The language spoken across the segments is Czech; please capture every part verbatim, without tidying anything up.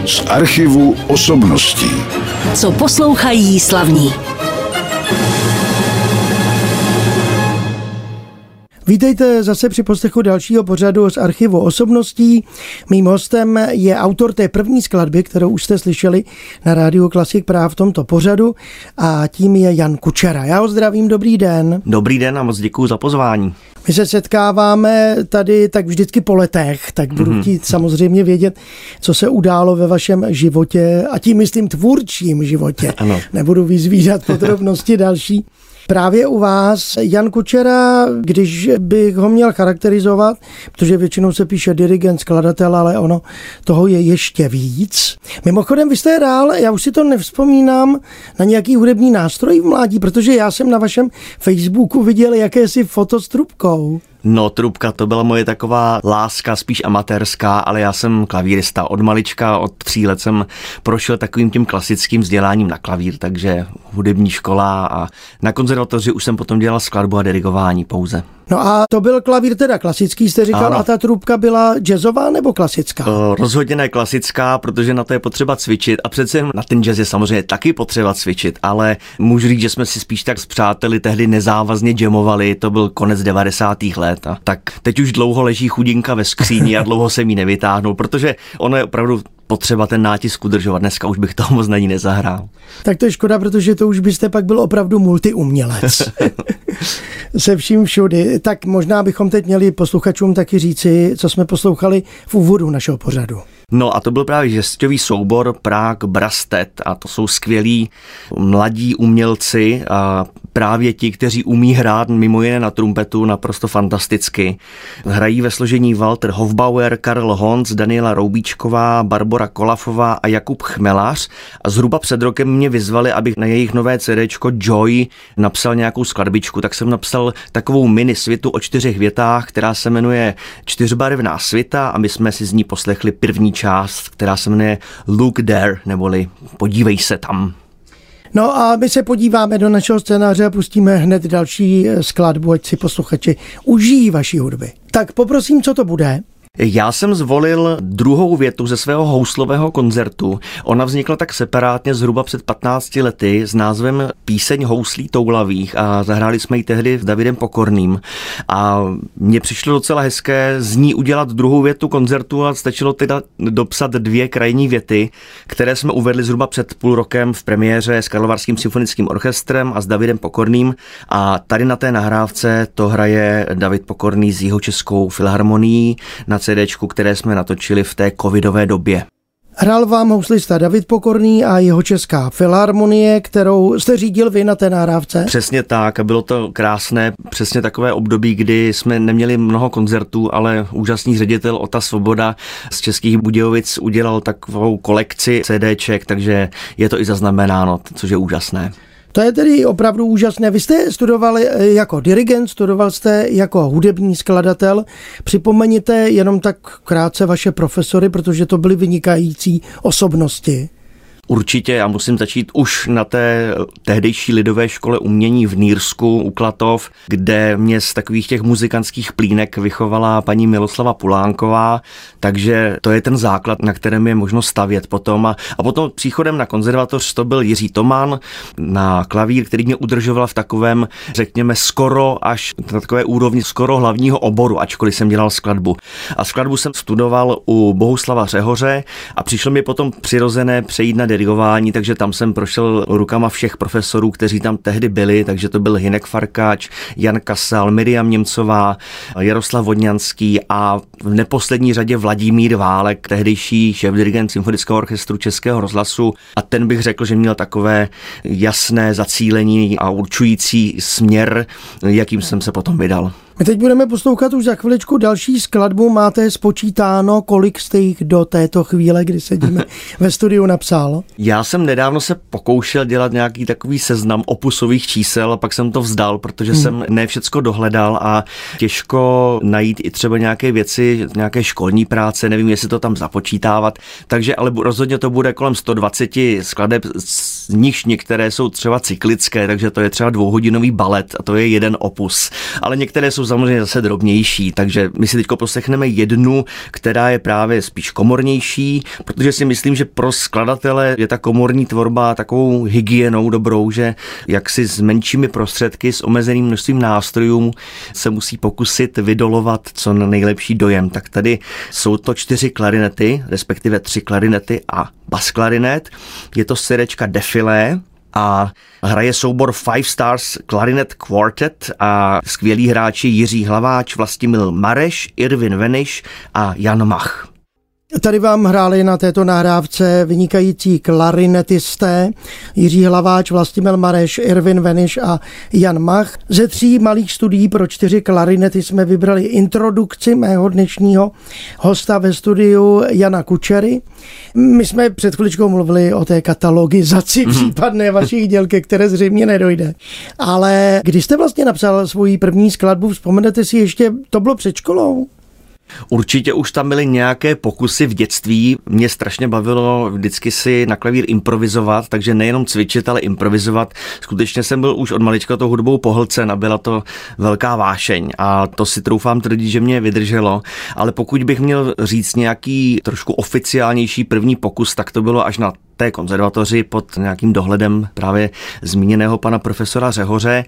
z archivu osobností. Co poslouchají slavní. Vítejte zase při poslechu dalšího pořadu z archivu osobností. Mým hostem je autor té první skladby, kterou už jste slyšeli na rádiu Klasik právě v tomto pořadu, a tím je Jan Kučera. Já ho zdravím, dobrý den. Dobrý den a moc děkuju za pozvání. My se setkáváme tady tak vždycky po letech, tak budu mm-hmm. chtít samozřejmě vědět, co se událo ve vašem životě, a tím myslím tvůrčím životě. Ano. Nebudu vyzvídat podrobnosti další. Právě u vás Jan Kučera, když bych ho měl charakterizovat, protože většinou se píše dirigent, skladatel, ale ono toho je ještě víc. Mimochodem, vy jste hrál, já už si to nevzpomínám, na nějaký hudební nástroj v mládí, protože já jsem na vašem Facebooku viděl jakési foto s trubkou. No, trubka, to byla moje taková láska, spíš amatérská, ale já jsem klavírista. Od malička, od tří let jsem prošel takovým tím klasickým vzděláním na klavír, takže hudební škola, a na konzervatoři už jsem potom dělal skladbu a dirigování pouze. No a to byl klavír teda klasický, jste říkal, ano. A ta trubka byla jazzová nebo klasická? O, rozhodně ne klasická, protože na to je potřeba cvičit, a přece na ten jazz je samozřejmě taky potřeba cvičit, ale můžu říct, že jsme si spíš tak s přáteli tehdy nezávazně jamovali, to byl konec devadesátých let. A tak teď už dlouho leží chudinka ve skříni a dlouho jsem ji nevytáhnul, protože ono je opravdu potřeba ten nátisk udržovat. Dneska už bych toho moc na ní nezahrál. Tak to je škoda, protože to už byste pak byl opravdu multiumělec. Se vším všudy. Tak možná bychom teď měli posluchačům taky říci, co jsme poslouchali v úvodu našeho pořadu. No a to byl právě žestový soubor Prague Brastet, a to jsou skvělí mladí umělci, a právě ti, kteří umí hrát mimo jiné na trumpetu naprosto fantasticky. Hrají ve složení Walter Hofbauer, Karl Honz, Daniela Roubíčková, Barbora Kolafová a Jakub Chmelař, a zhruba před rokem mě vyzvali, abych na jejich nové CDčko Joy napsal nějakou skladbičku, tak jsem napsal takovou mini svitu o čtyřech větách, která se jmenuje Čtyřbarevná svita, a my jsme si z ní poslechli první část, která se jmenuje Look There, neboli Podívej se tam. No a my se podíváme do našeho scénáře a pustíme hned další skladbu, ať si posluchači užijí vaší hudby. Tak poprosím, co to bude? Já jsem zvolil druhou větu ze svého houslového koncertu. Ona vznikla tak separátně zhruba před patnácti lety s názvem Píseň houslí toulavých, a zahráli jsme ji tehdy s Davidem Pokorným. A mně přišlo docela hezké z ní udělat druhou větu koncertu, a stačilo teda dopsat dvě krajní věty, které jsme uvedli zhruba před půl rokem v premiéře s Karlovarským symfonickým orchestrem a s Davidem Pokorným. A tady na té nahrávce to hraje David Pokorný s Jihočeskou filharmonií na CDčku, které jsme natočili v té covidové době. Hrál vám houslista David Pokorný a Jihočeská filharmonie, kterou jste řídil vy na té nahrávce? Přesně tak, a bylo to krásné, přesně takové období, kdy jsme neměli mnoho koncertů, ale úžasný ředitel Ota Svoboda z Českých Budějovic udělal takovou kolekci CDček, takže je to i zaznamenáno, což je úžasné. To je tedy opravdu úžasné. Vy jste studoval jako dirigent, studoval jste jako hudební skladatel. Připomeňte jenom tak krátce vaše profesory, protože to byly vynikající osobnosti. Určitě, já musím začít už na té tehdejší lidové škole umění v Nýrsku u Klatov, kde mě z takových těch muzikantských plínek vychovala paní Miloslava Pulánková, takže to je ten základ, na kterém je možno stavět potom. A, a potom příchodem na konzervatoř to byl Jiří Toman na klavír, který mě udržoval v takovém, řekněme, skoro až na takové úrovni skoro hlavního oboru, ačkoliv jsem dělal skladbu. A skladbu jsem studoval u Bohuslava Řehoře a přišlo mi potom přirozené přejít na dirigování, takže tam jsem prošel rukama všech profesorů, kteří tam tehdy byli, takže to byl Hynek Farkáč, Jan Kasal, Miriam Němcová, Jaroslav Vodňanský a v neposlední řadě Vladimír Válek, tehdejší šéfdirigent Symfonického orchestru Českého rozhlasu, a ten bych řekl, že měl takové jasné zacílení a určující směr, jakým jsem se potom vydal. My teď budeme poslouchat už za chviličku další skladbu. Máte spočítáno, kolik jste jich do této chvíle, kdy sedíme ve studiu, napsal? Já jsem nedávno se pokoušel dělat nějaký takový seznam opusových čísel a pak jsem to vzdal, protože hmm. jsem ne všecko dohledal a těžko najít i třeba nějaké věci, nějaké školní práce, nevím, jestli to tam započítávat, takže ale rozhodně to bude kolem sto dvacet skladeb z nich některé jsou třeba cyklické, takže to je třeba dvouhodinový balet a to je jeden opus. Ale některé jsou samozřejmě zase drobnější, takže my si teď poslechneme jednu, která je právě spíš komornější, protože si myslím, že pro skladatele je ta komorní tvorba takovou hygienou dobrou, že jak si s menšími prostředky, s omezeným množstvím nástrojů se musí pokusit vydolovat co nejlepší dojem. Tak tady jsou to čtyři klarinety, respektive tři klarinety a basklarinet. Je to sérečka Defilé a hraje soubor Five Stars Clarinet Quartet a skvělí hráči Jiří Hlaváč, Vlastimil Mareš, Irvin Veniš a Jan Mach. Tady vám hráli na této nahrávce vynikající klarinetisté Jiří Hlaváč, Vlastimil Mareš, Irvin Veniš a Jan Mach. Ze tří malých studií pro čtyři klarinety jsme vybrali introdukci mého dnešního hosta ve studiu Jana Kučery. My jsme před chviličkou mluvili o té katalogizaci mm. případné vašich děl, ke které zřejmě nedojde. Ale když jste vlastně napsal svoji první skladbu, vzpomenete si ještě, to bylo před školou? Určitě už tam byly nějaké pokusy v dětství. Mě strašně bavilo vždycky si na klavír improvizovat, takže nejenom cvičit, ale improvizovat. Skutečně jsem byl už od malička tou hudbou pohlcen a byla to velká vášeň a to si troufám tvrdit, že mě vydrželo. Ale pokud bych měl říct nějaký trošku oficiálnější první pokus, tak to bylo až na té konzervatoři pod nějakým dohledem právě zmíněného pana profesora Řehoře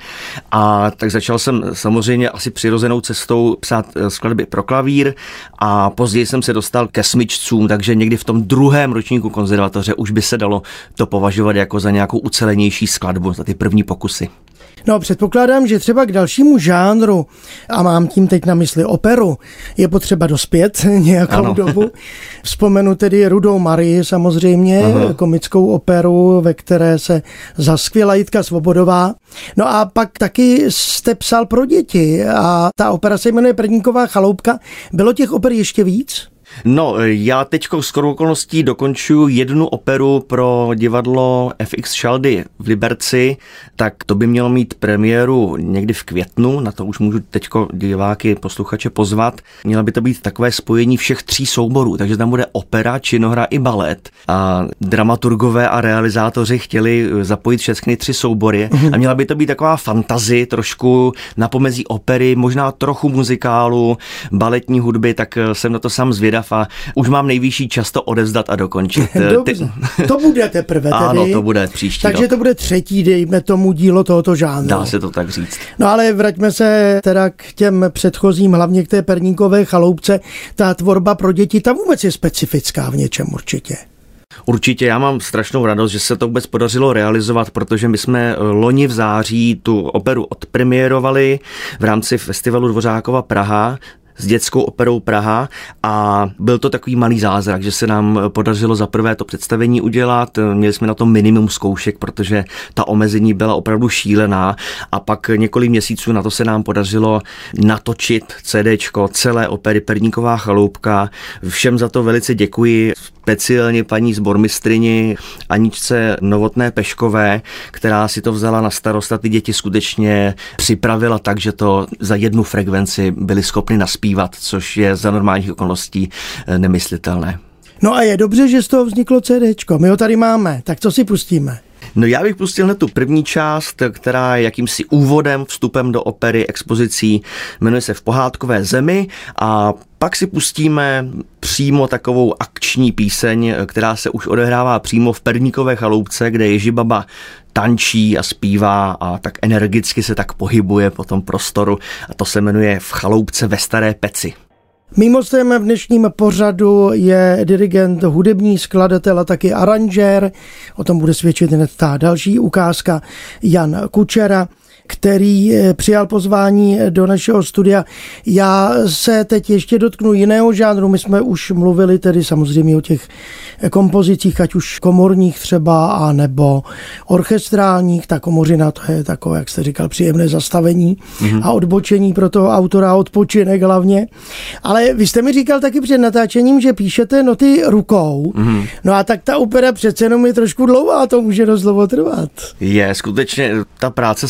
a tak začal jsem samozřejmě asi přirozenou cestou psát skladby pro klavír a později jsem se dostal ke smyčcům, takže někdy v tom druhém ročníku konzervatoře už by se dalo to považovat jako za nějakou ucelenější skladbu, za ty první pokusy. No, předpokládám, že třeba k dalšímu žánru, a mám tím teď na mysli operu, je potřeba dospět nějakou ano. dobu. Vzpomenu tedy Rudou Marii samozřejmě, Aha. komickou operu, ve které se zaskvěla Jitka Svobodová. No a pak taky jste psal pro děti a ta opera se jmenuje Perníková chaloupka. Bylo těch oper ještě víc? No, já teďko shodou okolností dokončuju jednu operu pro divadlo F X Šaldy v Liberci, tak to by mělo mít premiéru někdy v květnu, na to už můžu teďko diváky, posluchače pozvat. Měla by to být takové spojení všech tří souborů, takže tam bude opera, činohra i balet. A dramaturgové a realizátoři chtěli zapojit všechny tři soubory a měla by to být taková fantazie trošku na pomezí opery, možná trochu muzikálu, baletní hudby, tak jsem na to sám zvědav a už mám nejvyšší čas to odevzdat a dokončit. Dobře, to bude teprve tedy. Ano, to bude příští Takže rok. to bude třetí, dejme tomu, dílo tohoto žánru. Dá se to tak říct. No ale vraťme se teda k těm předchozím, hlavně k té Perníkové chaloupce. Ta tvorba pro děti, ta vůbec je specifická v něčem určitě. Určitě, já mám strašnou radost, že se to vůbec podařilo realizovat, protože my jsme loni v září tu operu odpremiérovali v rámci festivalu Dvořákova Praha s dětskou operou Praha a byl to takový malý zázrak, že se nám podařilo za prvé to představení udělat, měli jsme na to minimum zkoušek, protože ta omezení byla opravdu šílená a pak několik měsíců na to se nám podařilo natočit CDčko celé opery Perníková chaloupka. Všem za to velice děkuji, speciálně paní sbormistryni Aničce Novotné Peškové, která si to vzala na starost a ty děti skutečně připravila tak, že to za jednu frekvenci byli schopni naspívat, což je za normálních okolností nemyslitelné. No a je dobře, že z toho vzniklo CDčko. My ho tady máme, tak co si pustíme? No já bych pustil hned tu první část, která je jakýmsi úvodem, vstupem do opery, expozicí, jmenuje se V pohádkové zemi a pak si pustíme přímo takovou akční píseň, která se už odehrává přímo v Perníkové chaloupce, kde Ježibaba tančí a zpívá a tak energicky se tak pohybuje po tom prostoru a to se jmenuje V chaloupce ve staré peci. Mým hostem v dnešním pořadu je dirigent, hudební skladatel a taky aranžér. O tom bude svědčit hned ta další ukázka, Jan Kučera, který přijal pozvání do našeho studia. Já se teď ještě dotknu jiného žánru. My jsme už mluvili tedy samozřejmě o těch kompozicích, ať už komorních třeba, a nebo orchestrálních. Ta komořina, to je takové, jak jste říkal, příjemné zastavení mm-hmm. a odbočení pro toho autora, odpočinek hlavně. Ale vy jste mi říkal taky před natáčením, že píšete noty rukou. Mm-hmm. No a tak ta opera přece jenom je trošku dlouhá, to může dost dlouho trvat. Je, skutečně ta práce skladatelská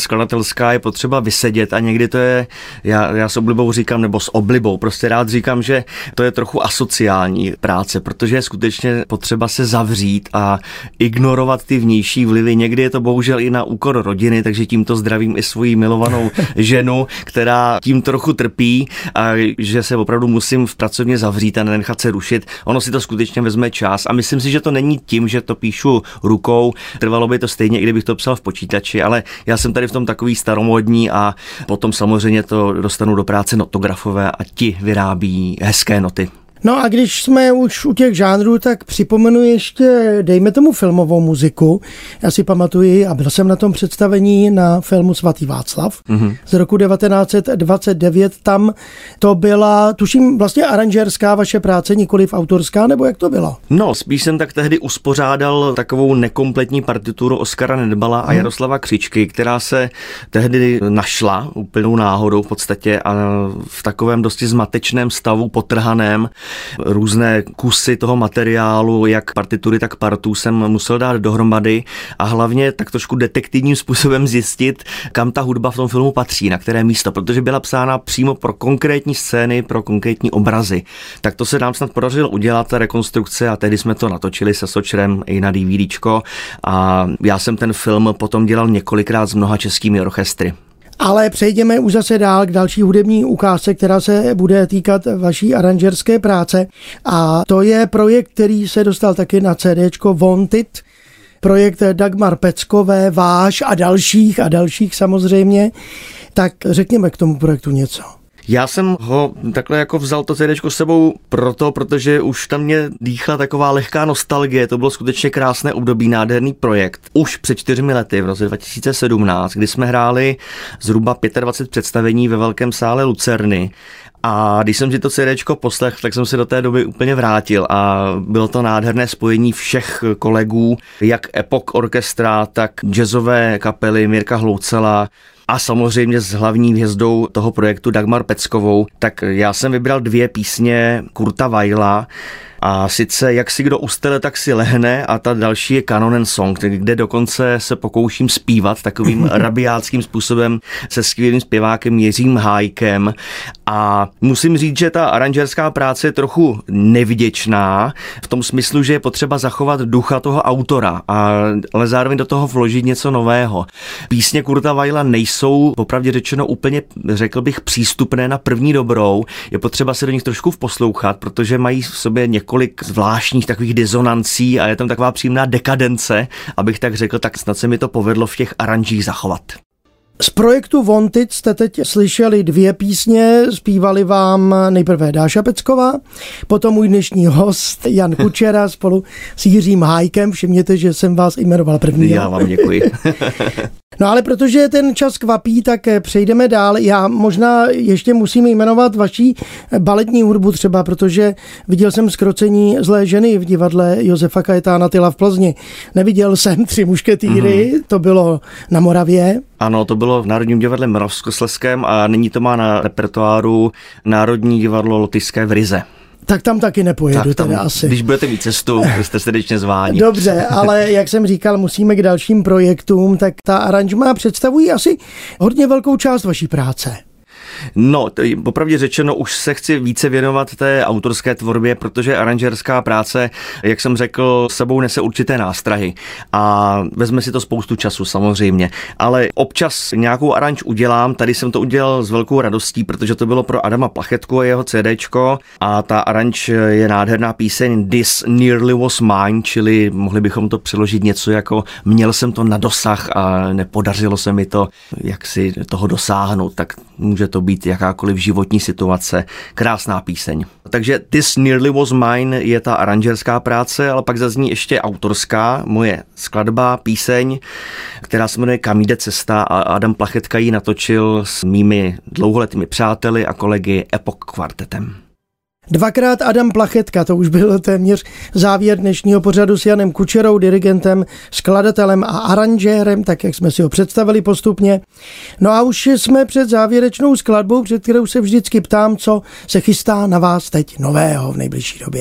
aranžérská je potřeba vysedět a někdy to je, já, já s oblibou říkám, nebo s oblibou, prostě rád říkám, že to je trochu asociální práce, protože je skutečně potřeba se zavřít a ignorovat ty vnější vlivy. Někdy je to bohužel i na úkor rodiny, takže tímto zdravím i svoji milovanou ženu, která tím trochu trpí a že se opravdu musím v pracovně zavřít a nenechat se rušit. Ono si to skutečně vezme čas a myslím si, že to není tím, že to píšu rukou. Trvalo by to stejně, i kdybych to psal v počítači, ale já jsem tady v tom takový staromódní a potom samozřejmě to dostanu do práce notografové a ti vyrábí hezké noty. No a když jsme už u těch žánrů, tak připomenu ještě, dejme tomu filmovou muziku. Já si pamatuji, a byl jsem na tom představení na filmu Svatý Václav mm-hmm. z roku devatenáct set dvacet devět. Tam to byla, tuším, vlastně aranžérská vaše práce, nikoliv autorská, nebo jak to bylo? No, spíš jsem tak tehdy uspořádal takovou nekompletní partituru Oskara Nedbala a Jaroslava Křičky, která se tehdy našla úplnou náhodou v podstatě a v takovém dosti zmatečném stavu, potrhaném. Různé kusy toho materiálu, jak partitury, tak partů jsem musel dát dohromady a hlavně tak trošku detektivním způsobem zjistit, kam ta hudba v tom filmu patří, na které místo, protože byla psána přímo pro konkrétní scény, pro konkrétní obrazy. Tak to se nám snad podařilo udělat, ta rekonstrukce, a tehdy jsme to natočili se Sočrem i na DVDčko a já jsem ten film potom dělal několikrát s mnoha českými orchestry. Ale přejdeme už zase dál k další hudební ukázce, která se bude týkat vaší aranžerské práce. A to je projekt, který se dostal taky na CDčko Wanted. Projekt Dagmar Peckové, váš a dalších a dalších samozřejmě. Tak řekněme k tomu projektu něco. Já jsem ho takhle jako vzal to CDčko s sebou proto, protože už tam mě dýchla taková lehká nostalgie. To bylo skutečně krásné období, nádherný projekt. Už před čtyřmi lety, v roce dva tisíce sedmnáct, kdy jsme hráli zhruba dvacet pět představení ve velkém sále Lucerny. A když jsem si to CDčko poslech, tak jsem se do té doby úplně vrátil a bylo to nádherné spojení všech kolegů, jak Epoch Orchestra, tak jazzové kapely Mirka Hloucela a samozřejmě s hlavní hvězdou toho projektu Dagmar Peckovou. Tak já jsem vybral dvě písně Kurta Weila, a sice Jak si kdo ustele, tak si lehne, a ta další je Kanonen Song, kde dokonce se pokouším zpívat takovým rabiátským způsobem se skvělým zpěvákem Jiřím Hájkem. A musím říct, že ta aranžérská práce je trochu nevděčná v tom smyslu, že je potřeba zachovat ducha toho autora, a, ale zároveň do toho vložit něco nového. Písně Kurta Weila nejsou, popravdě řečeno, úplně, řekl bych, přístupné na první dobrou. Je potřeba se do nich trošku vposlouchat, protože mají v sobě několik zvláštních takových disonancí a je tam taková příjemná dekadence, abych tak řekl, tak snad se mi to povedlo v těch aranžích zachovat. Z projektu Wanted jste teď slyšeli dvě písně, zpívali vám nejprve Dáša Pecková, potom můj dnešní host Jan Kučera spolu s Jiřím Hájkem. Všimněte, že jsem vás jmenoval první. Já vám děkuji. No ale protože ten čas kvapí, tak přejdeme dál. Já možná ještě musím jmenovat vaší baletní hudbu třeba, protože viděl jsem Zkrocení zlé ženy v divadle Josefa Kajetána Tyla v Plzni. Neviděl jsem Tři mušketýry, mm-hmm. to bylo na Moravě. Ano, to bylo v Národním divadle Moravskoslezském a nyní to má na repertoáru Národní divadlo Lotyšské v Rize. Tak tam taky nepojedu, tak tam, teda asi. Když budete mít cestu, jste srdečně zváni. Dobře, ale jak jsem říkal, musíme k dalším projektům, tak ta aranžma představují asi hodně velkou část vaší práce. No, popravdě řečeno, už se chci více věnovat té autorské tvorbě, protože aranžérská práce, jak jsem řekl, sebou nese určité nástrahy a vezme si to spoustu času samozřejmě, ale občas nějakou aranž udělám, tady jsem to udělal s velkou radostí, protože to bylo pro Adama Plachetku a jeho CDčko a ta aranž je nádherná píseň This Nearly Was Mine, čili mohli bychom to přeložit něco jako měl jsem to na dosah a nepodařilo se mi to, jak si toho dosáhnout, tak může to být jakákoliv životní situace. Krásná píseň. Takže This Nearly Was Mine je ta aranžerská práce, ale pak zazní ještě autorská, moje skladba, píseň, která se jmenuje Kam jde cesta a Adam Plachetka ji natočil s mými dlouholetými přáteli a kolegy Epoch kvartetem. Dvakrát Adam Plachetka, to už byl téměř závěr dnešního pořadu s Janem Kučerou, dirigentem, skladatelem a aranžérem, tak jak jsme si ho představili postupně. No a už jsme před závěrečnou skladbou, před kterou se vždycky ptám, co se chystá na vás teď nového v nejbližší době.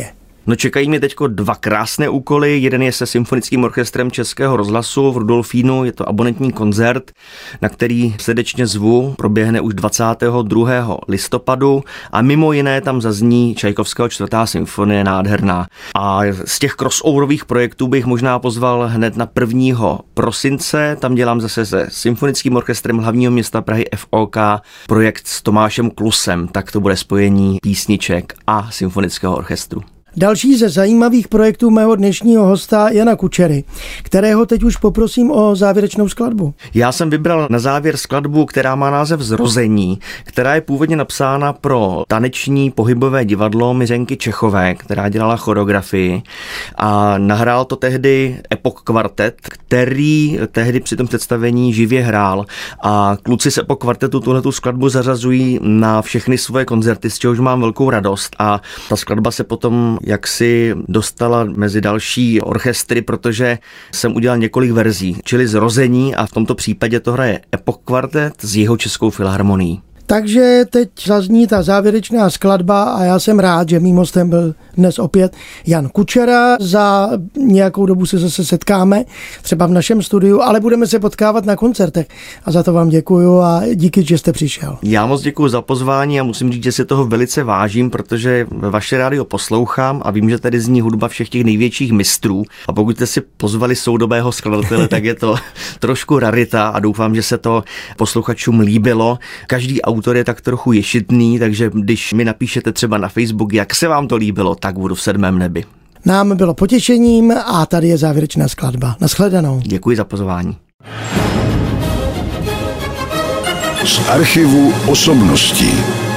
No čekají mě teďko dva krásné úkoly. Jeden je se Symfonickým orchestrem Českého rozhlasu v Rudolfínu. Je to abonentní koncert, na který srdečně zvu. Proběhne už dvacátého druhého listopadu a mimo jiné tam zazní Čajkovského čtvrtá symfonie nádherná. A z těch crossoverových projektů bych možná pozval hned na prvního prosince. Tam dělám zase se Symfonickým orchestrem hlavního města Prahy F O K projekt s Tomášem Klusem. Tak to bude spojení písniček a symfonického orchestru. Další ze zajímavých projektů mého dnešního hosta Jana Kučery, kterého teď už poprosím o závěrečnou skladbu. Já jsem vybral na závěr skladbu, která má název Zrození, která je původně napsána pro taneční pohybové divadlo Miřenky Čechové, která dělala choreografii a nahrál to tehdy Epoch Quartet, který tehdy při tom představení živě hrál a kluci z Epoch Quartetu tuhletu skladbu zařazují na všechny svoje koncerty, z čehož mám velkou radost a ta skladba se potom jak si dostala mezi další orchestry, protože jsem udělal několik verzí, čili Zrození a v tomto případě to hraje Epoch Quartet s Jihočeskou filharmonií. Takže teď zazní ta závěrečná skladba a já jsem rád, že mým hostem byl dnes opět Jan Kučera. Za nějakou dobu se zase setkáme, třeba v našem studiu, ale budeme se potkávat na koncertech. A za to vám děkuju a díky, že jste přišel. Já moc děkuji za pozvání a musím říct, že si toho velice vážím, protože vaše rádio poslouchám a vím, že tady zní hudba všech těch největších mistrů. A pokud jste si pozvali soudobého skladatele, tak je to trošku rarita a doufám, že se to posluchačům líbilo. Každý autor je tak trochu ješitný, takže když mi napíšete třeba na Facebook, jak se vám to líbilo, tak budu v sedmém nebi. Nám bylo potěšením a tady je závěrečná skladba. Nashledanou. Děkuji za pozvání. Z archivu osobností.